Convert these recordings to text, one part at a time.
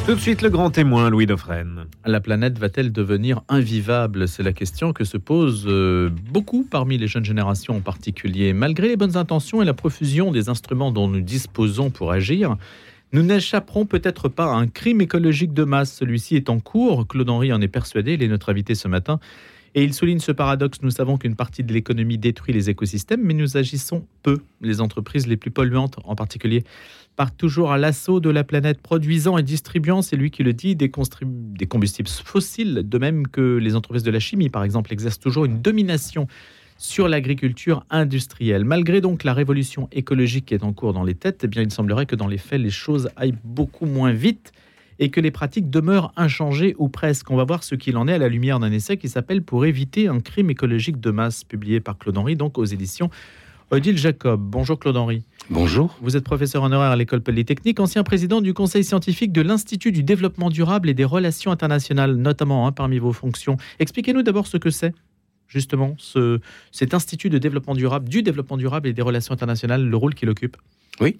Tout de suite, le grand témoin, Louis Dauphren. La planète va-t-elle devenir invivable ? C'est la question que se posent beaucoup parmi les jeunes générations en particulier. Malgré les bonnes intentions et la profusion des instruments dont nous disposons pour agir, nous n'échapperons peut-être pas à un crime écologique de masse. Celui-ci est en cours. Claude Henry en est persuadé. Il est notre invité ce matin. Et il souligne ce paradoxe. Nous savons qu'une partie de l'économie détruit les écosystèmes, mais nous agissons peu. Les entreprises les plus polluantes, en particulier, partent toujours à l'assaut de la planète, produisant et distribuant, c'est lui qui le dit, des combustibles fossiles, de même que les entreprises de la chimie, par exemple, exercent toujours une domination sur l'agriculture industrielle. Malgré donc la révolution écologique qui est en cours dans les têtes, eh bien, il semblerait que dans les faits, les choses aillent beaucoup moins vite et que les pratiques demeurent inchangées ou presque. On va voir ce qu'il en est à la lumière d'un essai qui s'appelle « Pour éviter un crime écologique de masse », publié par Claude Henry, donc aux éditions Odile Jacob. Bonjour Claude Henry. Bonjour. Vous êtes professeur honoraire à l'École Polytechnique, ancien président du conseil scientifique de l'Institut du développement durable et des relations internationales, notamment parmi vos fonctions. Expliquez-nous d'abord ce que c'est, justement, cet Institut de développement durable, du développement durable et des relations internationales, le rôle qu'il occupe. Oui,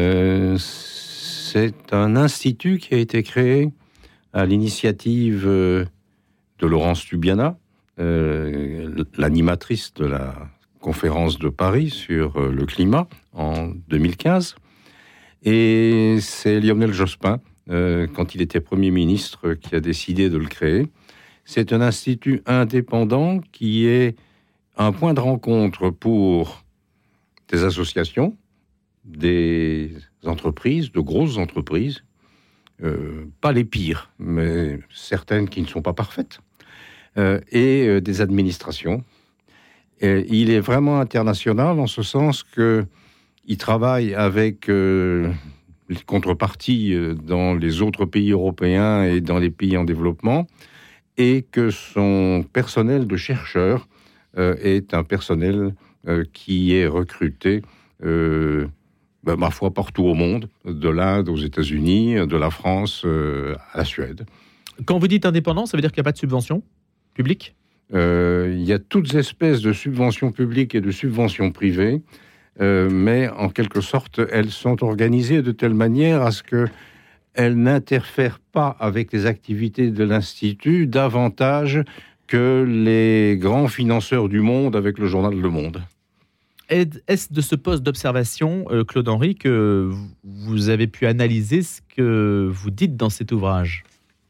c'est un institut qui a été créé à l'initiative de Laurence Tubiana, l'animatrice de la conférence de Paris sur le climat en 2015. Et c'est Lionel Jospin, quand il était Premier ministre, qui a décidé de le créer. C'est un institut indépendant qui est un point de rencontre pour des associations, des entreprises, de grosses entreprises, pas les pires, mais certaines qui ne sont pas parfaites, et des administrations. Et il est vraiment international en ce sens qu'il travaille avec les contreparties dans les autres pays européens et dans les pays en développement, et que son personnel de chercheurs est un personnel qui est recruté, ma foi, partout au monde, de l'Inde aux États-Unis, de la France à la Suède. Quand vous dites indépendant, ça veut dire qu'il n'y a pas de subvention publique ? Il y a toutes espèces de subventions publiques et de subventions privées, mais en quelque sorte, elles sont organisées de telle manière à ce qu'elles n'interfèrent pas avec les activités de l'Institut davantage que les grands financeurs du monde avec le journal Le Monde. Est-ce de ce poste d'observation, Claude Henry, que vous avez pu analyser ce que vous dites dans cet ouvrage ?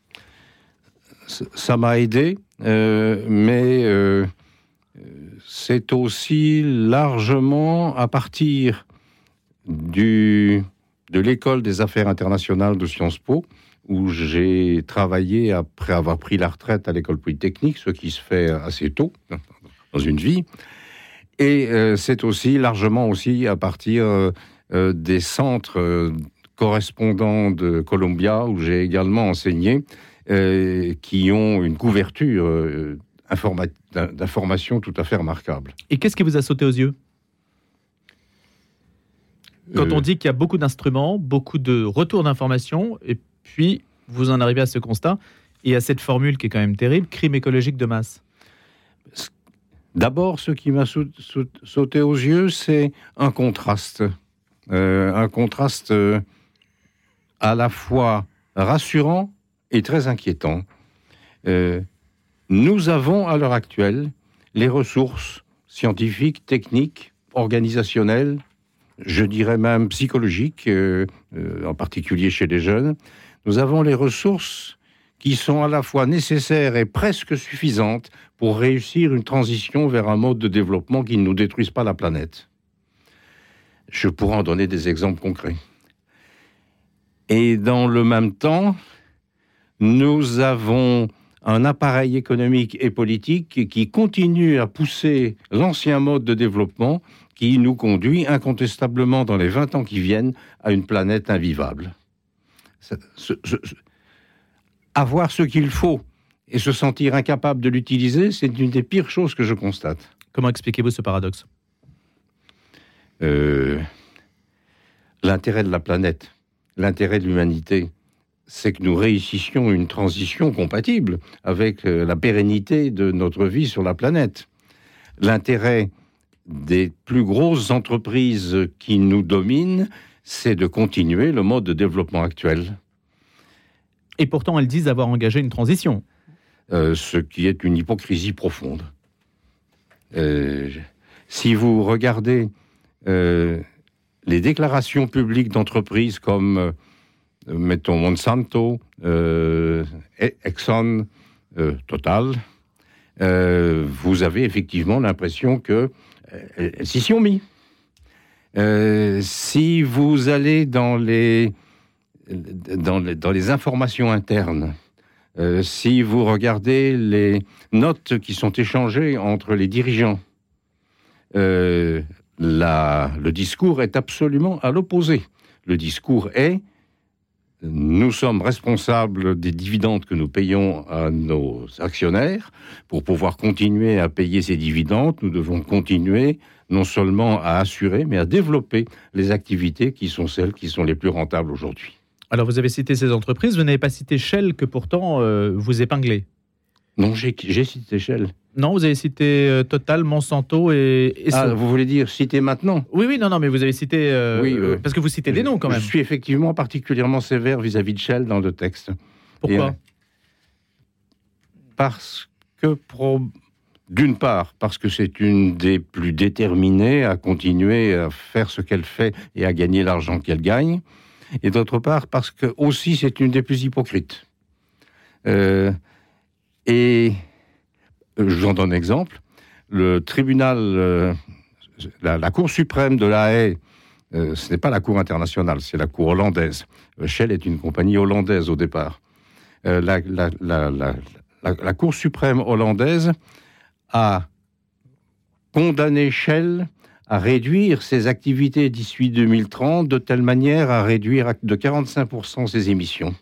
Ça m'a aidé, mais c'est aussi largement à partir de l'école des affaires internationales de Sciences Po, où j'ai travaillé après avoir pris la retraite à l'école polytechnique, ce qui se fait assez tôt dans une vie. Et c'est aussi largement aussi à partir des centres correspondants de Columbia, où j'ai également enseigné, qui ont une couverture d'informations tout à fait remarquable. Et qu'est-ce qui vous a sauté aux yeux ? Quand on dit qu'il y a beaucoup d'instruments, beaucoup de retours d'informations, et puis vous en arrivez à ce constat, et à cette formule qui est quand même terrible, crime écologique de masse. D'abord, ce qui m'a sauté aux yeux, c'est un contraste. Un contraste à la fois rassurant et très inquiétant. Nous avons à l'heure actuelle les ressources scientifiques, techniques, organisationnelles, je dirais même psychologiques, en particulier chez les jeunes. Nous avons les ressources qui sont à la fois nécessaires et presque suffisantes pour réussir une transition vers un mode de développement qui ne nous détruise pas la planète. Je pourrais en donner des exemples concrets. Et dans le même temps, nous avons un appareil économique et politique qui continue à pousser l'ancien mode de développement qui nous conduit incontestablement dans les 20 ans qui viennent à une planète invivable. Avoir ce qu'il faut et se sentir incapable de l'utiliser, c'est une des pires choses que je constate. Comment expliquez-vous ce paradoxe ? L'intérêt de la planète, l'intérêt de l'humanité, c'est que nous réussissions une transition compatible avec la pérennité de notre vie sur la planète. L'intérêt des plus grosses entreprises qui nous dominent, c'est de continuer le mode de développement actuel. Et pourtant, elles disent avoir engagé une transition. Ce qui est une hypocrisie profonde. Si vous regardez les déclarations publiques d'entreprises comme, mettons, Monsanto, Exxon, Total, vous avez effectivement l'impression qu'elles s'y sont mis. Si vous allez dans les informations internes, si vous regardez les notes qui sont échangées entre les dirigeants, le discours est absolument à l'opposé. Le discours est: nous sommes responsables des dividendes que nous payons à nos actionnaires. Pour pouvoir continuer à payer ces dividendes, nous devons continuer non seulement à assurer, mais à développer les activités qui sont celles qui sont les plus rentables aujourd'hui. Alors, vous avez cité ces entreprises, vous n'avez pas cité Shell, que pourtant vous épinglez. Non, j'ai cité Shell. Non, vous avez cité Total, Monsanto et vous voulez dire citer maintenant ? Oui, non, mais vous avez cité... parce que vous citez des noms, quand même. Je suis effectivement particulièrement sévère vis-à-vis de Shell dans le texte. Pourquoi ? Parce que, d'une part, parce que c'est une des plus déterminées à continuer à faire ce qu'elle fait et à gagner l'argent qu'elle gagne. Et d'autre part, parce que aussi c'est une des plus hypocrites. Et je vous en donne un exemple. Le tribunal, la Cour suprême de La Haye, ce n'est pas la Cour internationale, c'est la Cour hollandaise. Shell est une compagnie hollandaise au départ. La Cour suprême hollandaise a condamné Shell à réduire ses activités d'ici 2030 de telle manière à réduire de 45% ses émissions.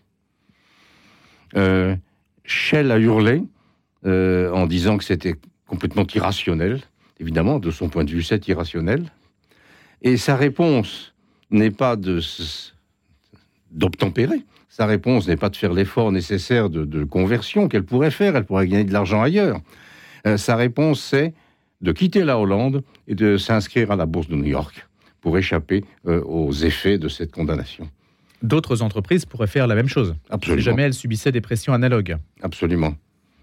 Shell a hurlé en disant que c'était complètement irrationnel. Évidemment, de son point de vue, c'est irrationnel. Et sa réponse n'est pas d'obtempérer. Sa réponse n'est pas de faire l'effort nécessaire de conversion qu'elle pourrait faire. Elle pourrait gagner de l'argent ailleurs. Sa réponse, c'est de quitter la Hollande et de s'inscrire à la bourse de New York pour échapper aux effets de cette condamnation. D'autres entreprises pourraient faire la même chose. Absolument. Si jamais elles subissaient des pressions analogues. Absolument.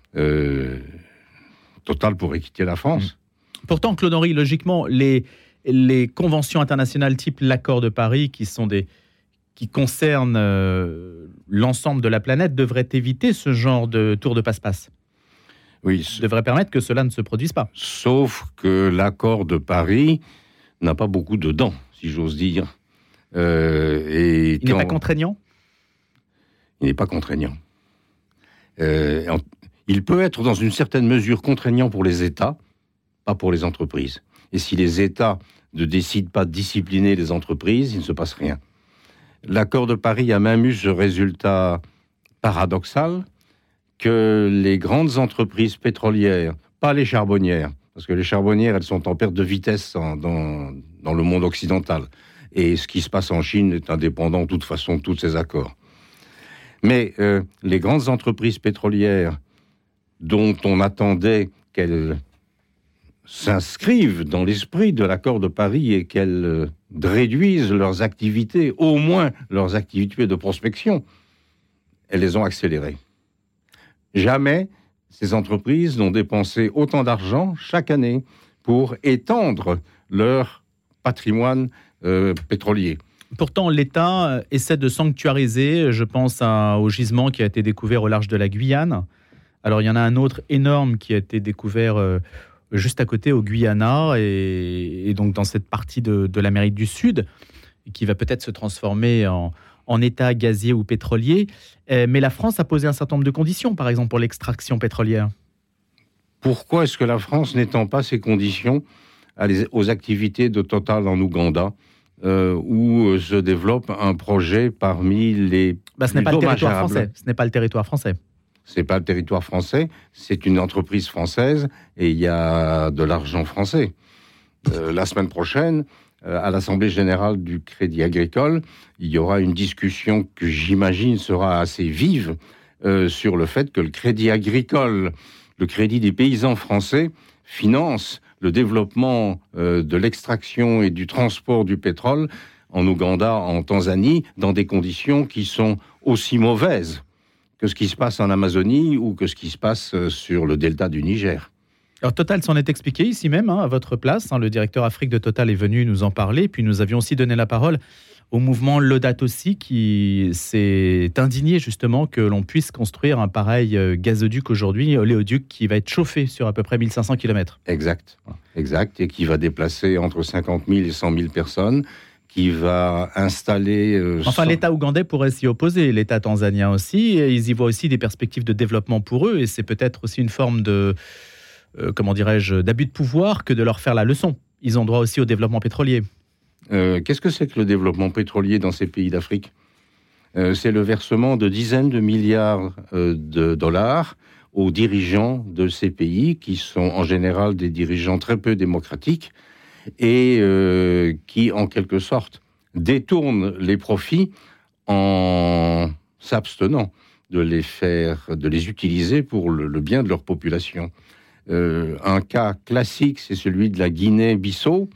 Total pourrait quitter la France. Pourtant, Claude Henry, logiquement, les conventions internationales type l'accord de Paris, qui concernent l'ensemble de la planète, devraient éviter ce genre de tour de passe-passe. Oui. Devrait permettre que cela ne se produise pas. Sauf que l'accord de Paris n'a pas beaucoup de dents, si j'ose dire. Il n'est pas contraignant ? Il n'est pas contraignant. Il peut être dans une certaine mesure contraignant pour les États, pas pour les entreprises. Et si les États ne décident pas de discipliner les entreprises, il ne se passe rien. L'accord de Paris a même eu ce résultat paradoxal que les grandes entreprises pétrolières, pas les charbonnières, parce que les charbonnières, elles sont en perte de vitesse dans le monde occidental. Et ce qui se passe en Chine est indépendant, de toute façon, de tous ces accords. Mais les grandes entreprises pétrolières, dont on attendait qu'elles s'inscrivent dans l'esprit de l'accord de Paris et qu'elles réduisent leurs activités, au moins leurs activités de prospection, elles les ont accélérées. Jamais ces entreprises n'ont dépensé autant d'argent chaque année pour étendre leur patrimoine pétrolier. Pourtant, l'État essaie de sanctuariser, je pense au gisement qui a été découvert au large de la Guyane. Alors, il y en a un autre énorme qui a été découvert juste à côté, au Guyana, et donc dans cette partie de l'Amérique du Sud, qui va peut-être se transformer en État gazier ou pétrolier. Mais la France a posé un certain nombre de conditions, par exemple, pour l'extraction pétrolière. Pourquoi est-ce que la France n'étend pas ces conditions aux activités de Total en Ouganda, où se développe un projet parmi les ce n'est pas le territoire français. Ce n'est pas le territoire français. C'est pas le territoire français, c'est une entreprise française et il y a de l'argent français. La semaine prochaine, à l'Assemblée générale du Crédit Agricole, il y aura une discussion que j'imagine sera assez vive sur le fait que le Crédit Agricole, le crédit des paysans français, finance le développement de l'extraction et du transport du pétrole en Ouganda, en Tanzanie, dans des conditions qui sont aussi mauvaises que ce qui se passe en Amazonie ou que ce qui se passe sur le delta du Niger. Alors Total s'en est expliqué ici même, à votre place. Le directeur Afrique de Total est venu nous en parler. Puis nous avions aussi donné la parole au mouvement Laudato Si qui s'est indigné justement que l'on puisse construire un pareil gazoduc aujourd'hui, oléoduc, qui va être chauffé sur à peu près 1500 km. Exact. Et qui va déplacer entre 50 000 et 100 000 personnes, qui va installer... l'État ougandais pourrait s'y opposer, l'État tanzanien aussi, et ils y voient aussi des perspectives de développement pour eux, et c'est peut-être aussi une forme de... d'abus de pouvoir que de leur faire la leçon. Ils ont droit aussi au développement pétrolier. Qu'est-ce que c'est que le développement pétrolier dans ces pays d'Afrique ? C'est le versement de dizaines de milliards de dollars aux dirigeants de ces pays, qui sont en général des dirigeants très peu démocratiques et qui, en quelque sorte, détournent les profits en s'abstenant de les utiliser pour le bien de leur population. Un cas classique, c'est celui de la Guinée-Bissau.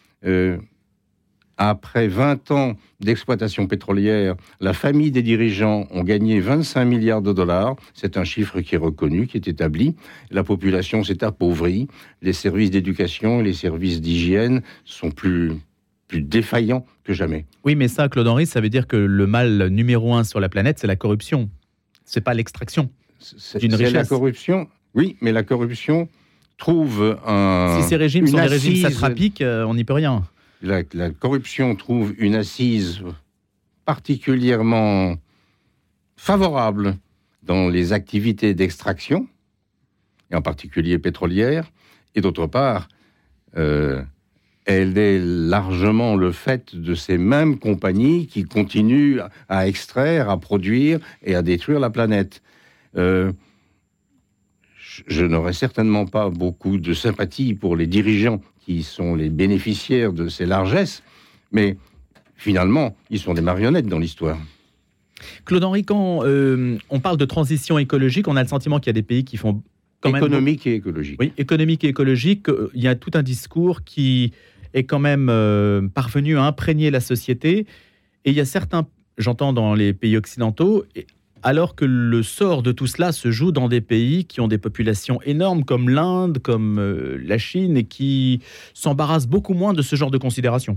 Après 20 ans d'exploitation pétrolière, la famille des dirigeants ont gagné 25 milliards de dollars. C'est un chiffre qui est reconnu, qui est établi. La population s'est appauvrie. Les services d'éducation et les services d'hygiène sont plus défaillants que jamais. Oui, mais ça, Claude-Henri, ça veut dire que le mal numéro 1 sur la planète, c'est la corruption. C'est pas l'extraction d'une richesse. C'est la corruption, oui, mais la corruption trouve un... Si ces régimes sont des régimes satrapiques, on n'y peut rien. La corruption trouve une assise particulièrement favorable dans les activités d'extraction, et en particulier pétrolières, et d'autre part, elle est largement le fait de ces mêmes compagnies qui continuent à extraire, à produire et à détruire la planète. Je n'aurais certainement pas beaucoup de sympathie pour les dirigeants qui sont les bénéficiaires de ces largesses, mais finalement, ils sont des marionnettes dans l'histoire. Claude-Henri, quand on parle de transition écologique, on a le sentiment qu'il y a des pays qui font quand même... Économique et écologique. Oui, économique et écologique. Il y a tout un discours qui est quand même parvenu à imprégner la société. Et il y a certains, j'entends dans les pays occidentaux... alors que le sort de tout cela se joue dans des pays qui ont des populations énormes, comme l'Inde, comme la Chine, et qui s'embarrassent beaucoup moins de ce genre de considérations.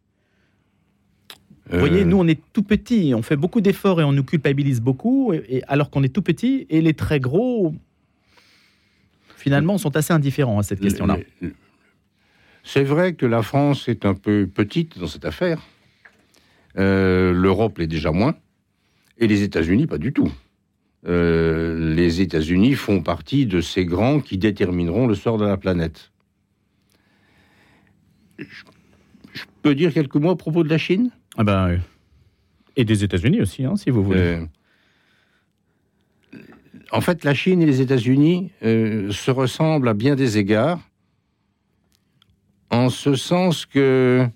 Vous voyez, nous, on est tout petits, on fait beaucoup d'efforts et on nous culpabilise beaucoup, alors qu'on est tout petits, et les très gros, finalement, sont assez indifférents à cette question-là. C'est vrai que la France est un peu petite dans cette affaire. L'Europe l'est déjà moins. Et les États-Unis, pas du tout. Les États-Unis font partie de ces grands qui détermineront le sort de la planète. Je peux dire quelques mots à propos de la Chine ? Et des États-Unis aussi, si vous voulez. En fait, la Chine et les États-Unis se ressemblent à bien des égards, en ce sens que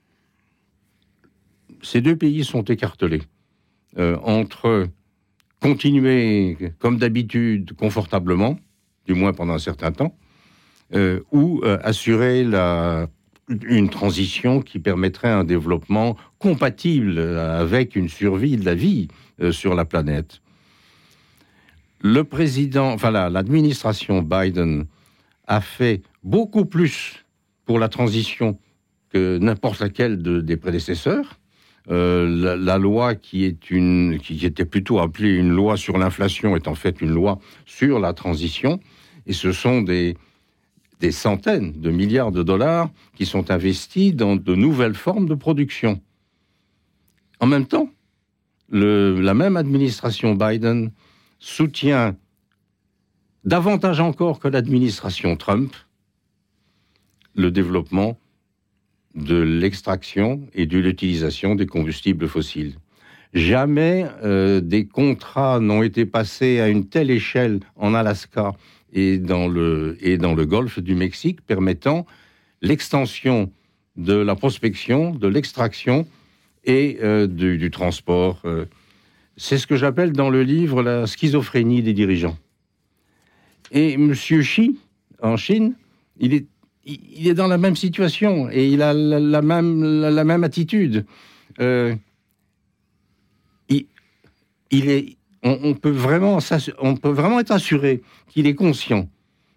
ces deux pays sont écartelés. Entre continuer comme d'habitude confortablement, du moins pendant un certain temps, ou assurer une transition qui permettrait un développement compatible avec une survie de la vie sur la planète. L'administration Biden a fait beaucoup plus pour la transition que n'importe laquelle des prédécesseurs. La loi qui était plutôt appelée une loi sur l'inflation est en fait une loi sur la transition, et ce sont des centaines de milliards de dollars qui sont investis dans de nouvelles formes de production. En même temps, la même administration Biden soutient davantage encore que l'administration Trump le développement de l'extraction et de l'utilisation des combustibles fossiles. Jamais des contrats n'ont été passés à une telle échelle en Alaska et dans le golfe du Mexique, permettant l'extension de la prospection, de l'extraction et du transport. C'est ce que j'appelle dans le livre la schizophrénie des dirigeants. Et M. Xi, en Chine, il est dans la même situation et il a la même attitude. on peut vraiment être assuré qu'il est conscient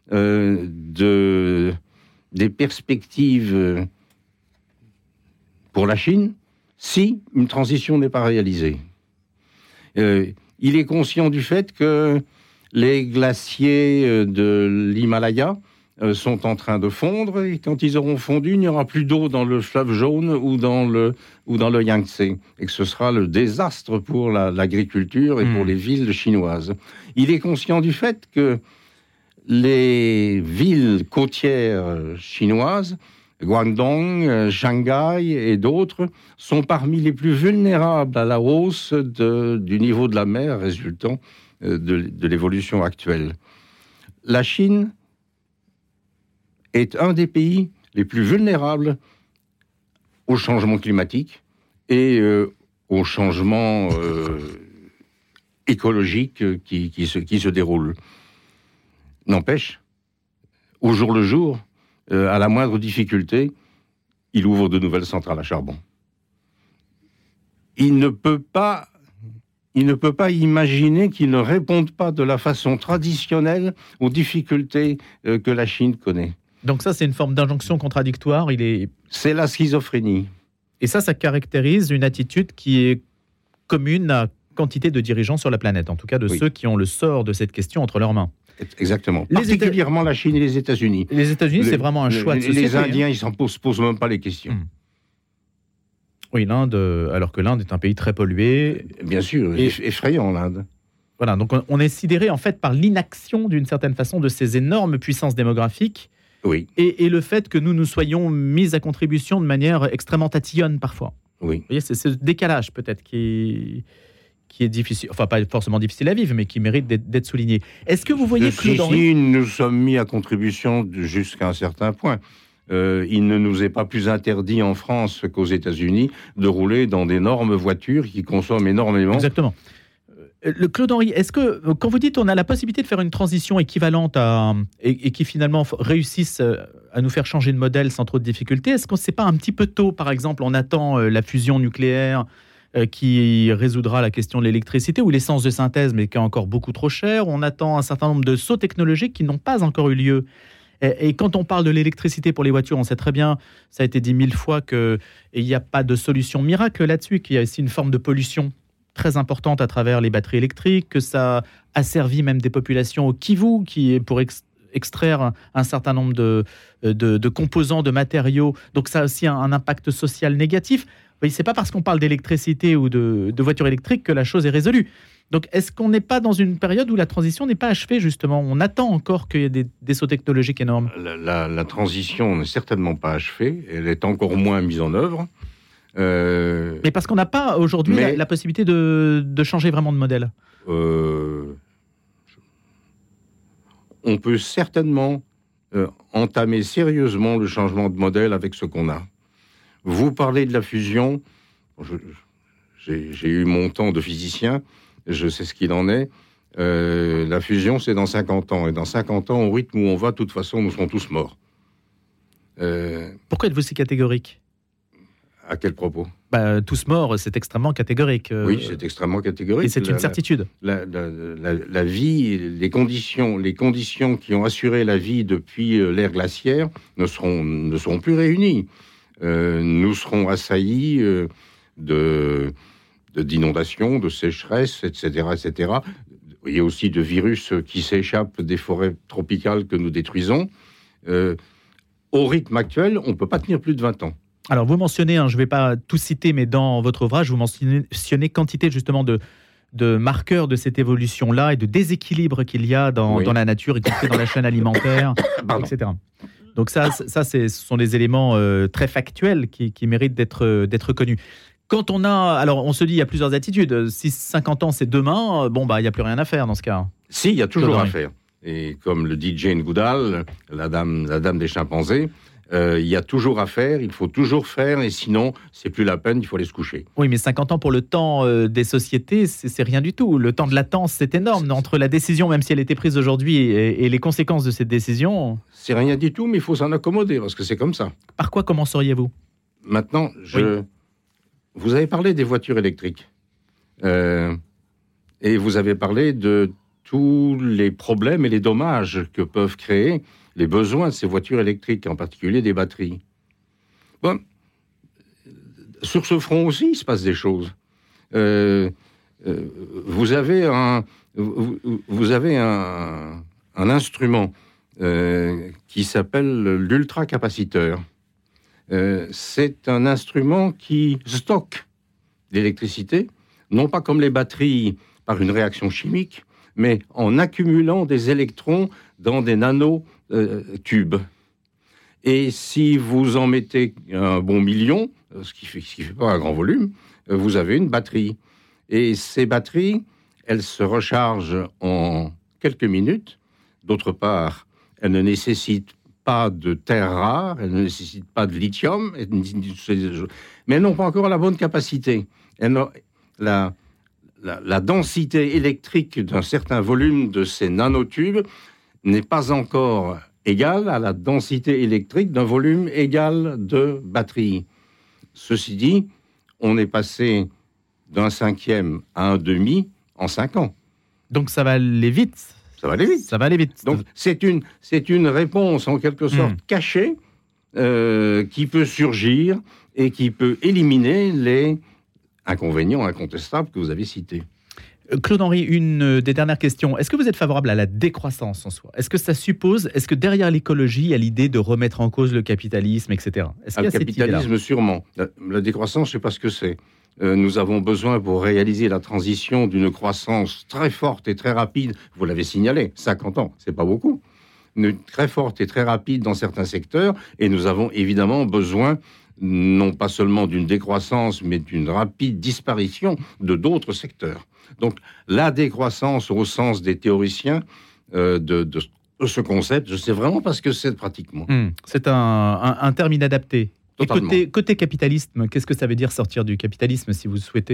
des perspectives pour la Chine si une transition n'est pas réalisée. Il est conscient du fait que les glaciers de l'Himalaya sont en train de fondre, et quand ils auront fondu, il n'y aura plus d'eau dans le fleuve Jaune ou dans le Yangtze, et que ce sera le désastre pour l'agriculture et pour les villes chinoises. Il est conscient du fait que les villes côtières chinoises, Guangdong, Shanghai et d'autres, sont parmi les plus vulnérables à la hausse du niveau de la mer résultant de l'évolution actuelle. La Chine est un des pays les plus vulnérables au changement climatique et au changement écologique qui se déroule. N'empêche, au jour le jour, à la moindre difficulté, il ouvre de nouvelles centrales à charbon. Il ne peut pas imaginer qu'il ne réponde pas de la façon traditionnelle aux difficultés que la Chine connaît. Donc ça, c'est une forme d'injonction contradictoire. C'est la schizophrénie. Et ça caractérise une attitude qui est commune à quantité de dirigeants sur la planète, en tout cas de ceux qui ont le sort de cette question entre leurs mains. Exactement. Particulièrement la Chine et les États-Unis. Les États-Unis, c'est vraiment un choix de société. Les Indiens, ils s'en posent même pas les questions. Oui, l'Inde, alors que l'Inde est un pays très pollué. Bien sûr, effrayant l'Inde. Voilà, donc on est sidéré en fait par l'inaction d'une certaine façon de ces énormes puissances démographiques. Oui. Et le fait que nous soyons mis à contribution de manière extrêmement tatillonne parfois. Oui. Vous voyez, c'est ce décalage peut-être qui est difficile, enfin pas forcément difficile à vivre, mais qui mérite d'être souligné. Est-ce que vous voyez Claude Henry ? Si nous sommes mis à contribution jusqu'à un certain point. Il ne nous est pas plus interdit en France qu'aux États-Unis de rouler dans d'énormes voitures qui consomment énormément. Exactement. Le Claude Henry, est-ce que, quand vous dites on a la possibilité de faire une transition équivalente et qui finalement réussisse à nous faire changer de modèle sans trop de difficultés, est-ce que c'est pas un petit peu tôt, par exemple, on attend la fusion nucléaire qui résoudra la question de l'électricité ou l'essence de synthèse, mais qui est encore beaucoup trop cher, on attend un certain nombre de sauts technologiques qui n'ont pas encore eu lieu. Et quand on parle de l'électricité pour les voitures, on sait très bien, ça a été dit 1000 fois, qu'il n'y a pas de solution miracle là-dessus, qu'il y a aussi une forme de pollution très importante à travers les batteries électriques, que ça asservit même des populations au Kivu, qui est pour extraire un certain nombre de composants, de matériaux. Donc ça a aussi un impact social négatif. Ce n'est pas parce qu'on parle d'électricité ou de voitures électriques que la chose est résolue. Donc, est-ce qu'on n'est pas dans une période où la transition n'est pas achevée, justement ? On attend encore qu'il y ait des sauts technologiques énormes. La transition n'est certainement pas achevée. Elle est encore moins mise en œuvre. Mais parce qu'on n'a pas aujourd'hui la possibilité de changer vraiment de modèle. On peut certainement entamer sérieusement le changement de modèle avec ce qu'on a. Vous parlez de la fusion. J'ai eu mon temps de physicien. Je sais ce qu'il en est. La fusion, c'est dans 50 ans. Et dans 50 ans, au rythme où on va, de toute façon, nous serons tous morts. Pourquoi êtes-vous si catégorique ? À quel propos ? Tous morts, c'est extrêmement catégorique. Oui, c'est extrêmement catégorique. Et c'est une certitude. La vie, les conditions qui ont assuré la vie depuis l'ère glaciaire ne seront plus réunies. Nous serons assaillis d'inondations, de sécheresses, etc., etc. Il y a aussi de virus qui s'échappent des forêts tropicales que nous détruisons. Au rythme actuel, on ne peut pas tenir plus de 20 ans. Alors, vous mentionnez, je ne vais pas tout citer, mais dans votre ouvrage, vous mentionnez quantité justement de marqueurs de cette évolution-là et de déséquilibre qu'il y a dans la nature, y compris dans la chaîne alimentaire, etc. Donc ça, ce sont des éléments très factuels qui méritent d'être connus. Quand on se dit, il y a plusieurs attitudes. Si 50 ans, c'est demain, il n'y a plus rien à faire dans ce cas. Si, il y a toujours à faire. Et comme le dit Jane Goodall, la dame des chimpanzés, il y a toujours à faire, il faut toujours faire, et sinon, c'est plus la peine, il faut aller se coucher. Oui, mais 50 ans pour le temps des sociétés, c'est rien du tout. Le temps de latence, c'est énorme. Entre la décision, même si elle était prise aujourd'hui, et les conséquences de cette décision... C'est rien du tout, mais il faut s'en accommoder, parce que c'est comme ça. Par quoi commenceriez-vous ? Maintenant, vous avez parlé des voitures électriques. Et vous avez parlé de tous les problèmes et les dommages que peuvent créer les besoins de ces voitures électriques, en particulier des batteries. Bon, sur ce front aussi, il se passe des choses. Vous avez un instrument qui s'appelle l'ultracapaciteur. C'est un instrument qui stocke l'électricité, non pas comme les batteries par une réaction chimique, mais en accumulant des électrons dans des nanotubes. Et si vous en mettez un bon million, ce qui fait pas un grand volume, vous avez une batterie. Et ces batteries, elles se rechargent en quelques minutes. D'autre part, elles ne nécessitent pas de terres rares, elles ne nécessitent pas de lithium, mais elles n'ont pas encore la bonne capacité. La densité électrique d'un certain volume de ces nanotubes n'est pas encore égale à la densité électrique d'un volume égal de batterie. Ceci dit, on est passé d'un 1/5 à un demi en 5 ans. Donc ça va aller vite. Ça va aller vite. Ça va aller vite. Donc c'est une réponse en quelque sorte cachée qui peut surgir et qui peut éliminer les inconvénients incontestables que vous avez cités. Claude Henry, une des dernières questions. Est-ce que vous êtes favorable à la décroissance en soi ? Est-ce que derrière l'écologie, il y a l'idée de remettre en cause le capitalisme, etc. Le capitalisme, sûrement. La décroissance, je ne sais pas ce que c'est. Nous avons besoin, pour réaliser la transition, d'une croissance très forte et très rapide. Vous l'avez signalé, 50 ans, c'est pas beaucoup. Très forte et très rapide dans certains secteurs. Et nous avons évidemment besoin, non pas seulement d'une décroissance, mais d'une rapide disparition de d'autres secteurs. Donc, la décroissance au sens des théoriciens de ce concept, je sais vraiment pas ce que c'est pratiquement. C'est un terme inadapté. Totalement. Et côté capitalisme, qu'est-ce que ça veut dire sortir du capitalisme, si vous souhaitez ?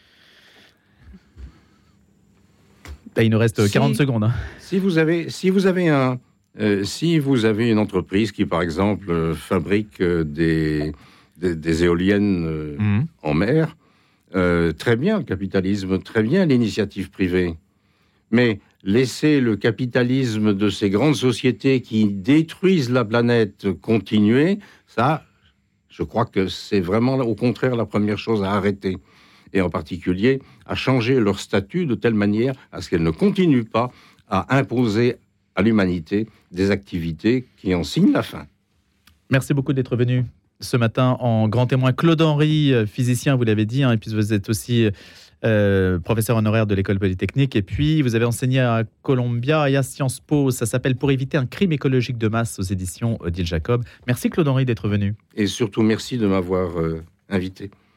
Là, il nous reste 40 secondes. Hein. Si vous avez une entreprise qui, par exemple, fabrique des éoliennes en mer, très bien le capitalisme, très bien l'initiative privée. Mais laisser le capitalisme de ces grandes sociétés qui détruisent la planète continuer, ça, je crois que c'est vraiment, au contraire, la première chose à arrêter. Et en particulier, à changer leur statut de telle manière à ce qu'elles ne continuent pas à imposer à l'humanité des activités qui en signent la fin. Merci beaucoup d'être venu ce matin en grand témoin. Claude Henry, physicien, vous l'avez dit, et puis vous êtes aussi professeur honoraire de l'École Polytechnique, et puis vous avez enseigné à Columbia et à Sciences Po. Ça s'appelle « Pour éviter un crime écologique de masse » aux éditions Odile Jacob. Merci Claude Henry d'être venu. Et surtout, merci de m'avoir invité.